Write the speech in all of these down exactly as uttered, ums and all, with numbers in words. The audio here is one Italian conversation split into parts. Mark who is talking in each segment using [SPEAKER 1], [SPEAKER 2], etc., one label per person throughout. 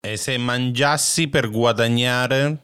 [SPEAKER 1] E se mangiassi per guadagnare?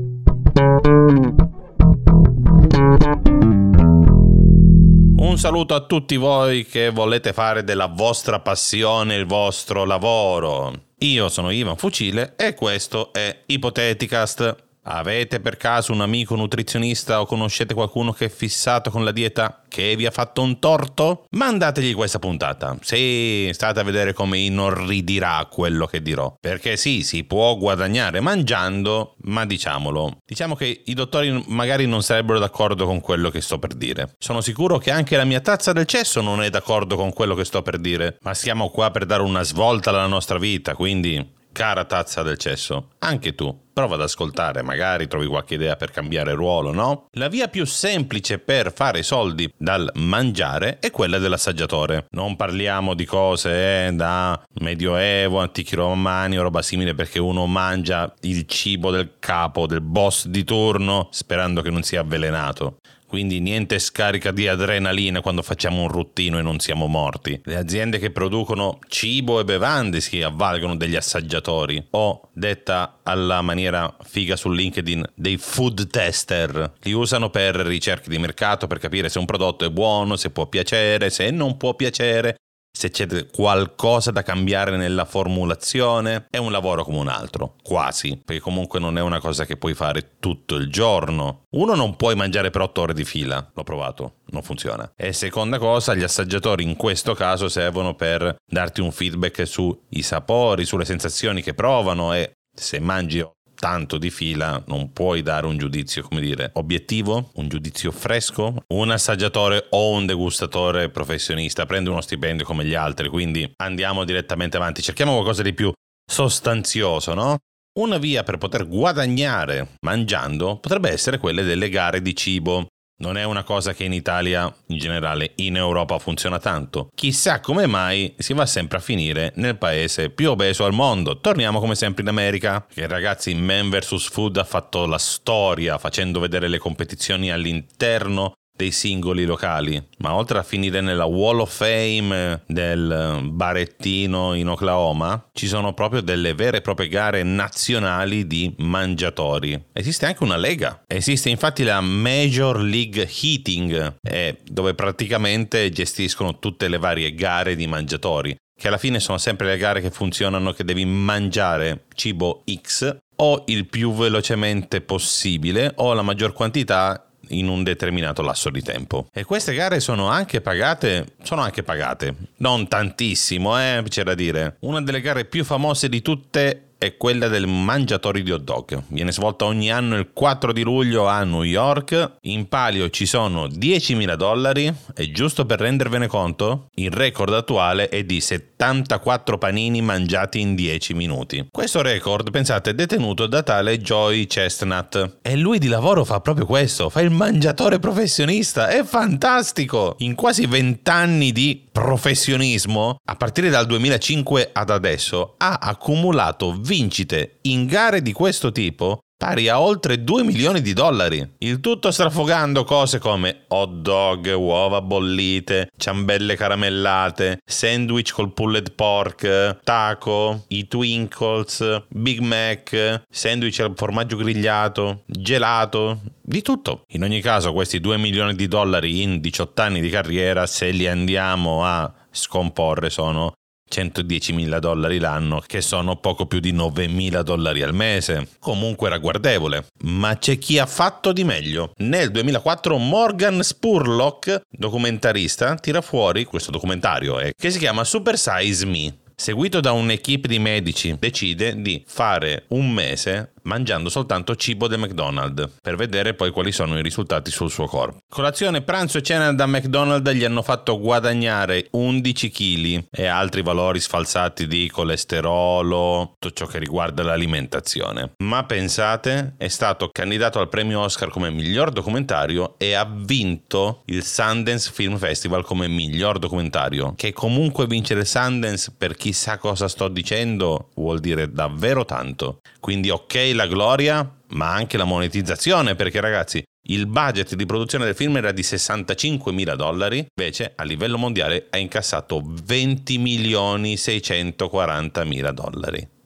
[SPEAKER 1] Un saluto a tutti voi che volete fare della vostra passione il vostro lavoro. Io sono Ivan Fucile e questo è Ipoteticast. Avete per caso un amico nutrizionista o conoscete qualcuno che è fissato con la dieta che vi ha fatto un torto? Mandategli questa puntata. Sì, state a vedere come inorridirà quello che dirò. Perché sì, si può guadagnare mangiando, ma diciamolo. Diciamo che i dottori magari non sarebbero d'accordo con quello che sto per dire. Sono sicuro che anche la mia tazza del cesso non è d'accordo con quello che sto per dire. Ma siamo qua per dare una svolta alla nostra vita, quindi... Cara tazza del cesso, anche tu, prova ad ascoltare, magari trovi qualche idea per cambiare ruolo, no? La via più semplice per fare soldi dal mangiare è quella dell'assaggiatore. Non parliamo di cose eh, da medioevo, antichi romani o roba simile, perché uno mangia il cibo del capo, del boss di turno, sperando che non sia avvelenato. Quindi niente scarica di adrenalina quando facciamo un ruttino e non siamo morti. Le aziende che producono cibo e bevande si avvalgono degli assaggiatori o, detta alla maniera figa su LinkedIn, dei food tester. Li usano per ricerche di mercato, per capire se un prodotto è buono, se può piacere, se non può piacere, se c'è qualcosa da cambiare nella formulazione. È un lavoro come un altro, quasi, perché comunque non è una cosa che puoi fare tutto il giorno. Uno, non puoi mangiare per otto ore di fila, l'ho provato, non funziona. E seconda cosa, gli assaggiatori in questo caso servono per darti un feedback sui sapori, sulle sensazioni che provano, e se mangi tanto di fila non puoi dare un giudizio, come dire, obiettivo, un giudizio fresco. Un assaggiatore o un degustatore professionista prende uno stipendio come gli altri, quindi andiamo direttamente avanti, cerchiamo qualcosa di più sostanzioso, no? Una via per poter guadagnare mangiando potrebbe essere quelle delle gare di cibo. Non è una cosa che in Italia, in generale in Europa, funziona tanto. Chissà come mai si va sempre a finire nel paese più obeso al mondo. Torniamo come sempre in America, che ragazzi, Man versus. Food ha fatto la storia facendo vedere le competizioni all'interno dei singoli locali, ma oltre a finire nella Wall of Fame del barettino in Oklahoma, ci sono proprio delle vere e proprie gare nazionali di mangiatori. Esiste anche una lega, esiste infatti la Major League Eating, eh, dove praticamente gestiscono tutte le varie gare di mangiatori, che alla fine sono sempre le gare che funzionano, che devi mangiare cibo X o il più velocemente possibile o la maggior quantità in un determinato lasso di tempo. E queste gare sono anche pagate, sono anche pagate, non tantissimo, eh, c'è da dire. Una delle gare più famose di tutte è quella del mangiatori di hot dog. Viene svolta ogni anno il quattro di luglio a New York. In palio ci sono diecimila dollari e, giusto per rendervene conto, il record attuale è di settantaquattro panini mangiati in dieci minuti. Questo record, pensate, è detenuto da tale Joey Chestnut. E lui di lavoro fa proprio questo, fa il mangiatore professionista. È fantastico! In quasi vent'anni di professionismo, a partire dal duemilacinque ad adesso, ha accumulato vincite in gare di questo tipo pari a oltre due milioni di dollari. Il tutto strafogando cose come hot dog, uova bollite, ciambelle caramellate, sandwich col pulled pork, taco, i Twinkles, Big Mac, sandwich al formaggio grigliato, gelato, di tutto. In ogni caso, questi due milioni di dollari in diciotto anni di carriera, se li andiamo a scomporre, sono centodiecimila dollari l'anno, che sono poco più di novemila dollari al mese. Comunque ragguardevole. Ma c'è chi ha fatto di meglio. Nel duemilaquattro Morgan Spurlock, documentarista, tira fuori questo documentario eh, che si chiama Super Size Me. Seguito da un'equipe di medici, decide di fare un mese mangiando soltanto cibo del McDonald's per vedere poi quali sono i risultati sul suo corpo. Colazione, pranzo e cena da McDonald's gli hanno fatto guadagnare undici chili e altri valori sfalsati di colesterolo, tutto ciò che riguarda l'alimentazione. Ma pensate, è stato candidato al premio Oscar come miglior documentario e ha vinto il Sundance Film Festival come miglior documentario, che comunque vincere il Sundance, per chi sa cosa sto dicendo, vuol dire davvero tanto. Quindi ok la gloria, ma anche la monetizzazione, perché ragazzi, il budget di produzione del film era di sessantacinquemila dollari, invece a livello mondiale ha incassato venti milioni seicentoquarantamila dollari.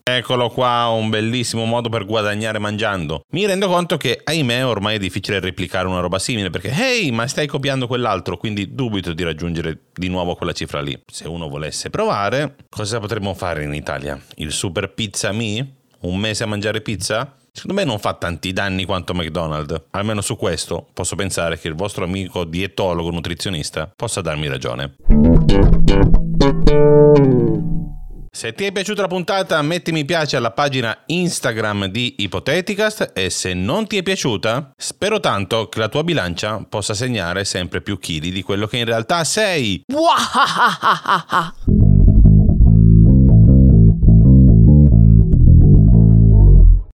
[SPEAKER 1] Eccolo qua, un bellissimo modo per guadagnare mangiando. Mi rendo conto che, ahimè, ormai è difficile replicare una roba simile perché, hey, ma stai copiando quell'altro, quindi dubito di raggiungere di nuovo quella cifra lì. Se uno volesse provare, cosa potremmo fare in Italia? Il Super Pizza Me? Un mese a mangiare pizza? Secondo me non fa tanti danni quanto McDonald's. Almeno su questo posso pensare che il vostro amico dietologo nutrizionista possa darmi ragione. Se ti è piaciuta la puntata, metti mi piace alla pagina Instagram di Ipoteticast e se non ti è piaciuta, spero tanto che la tua bilancia possa segnare sempre più chili di quello che in realtà sei.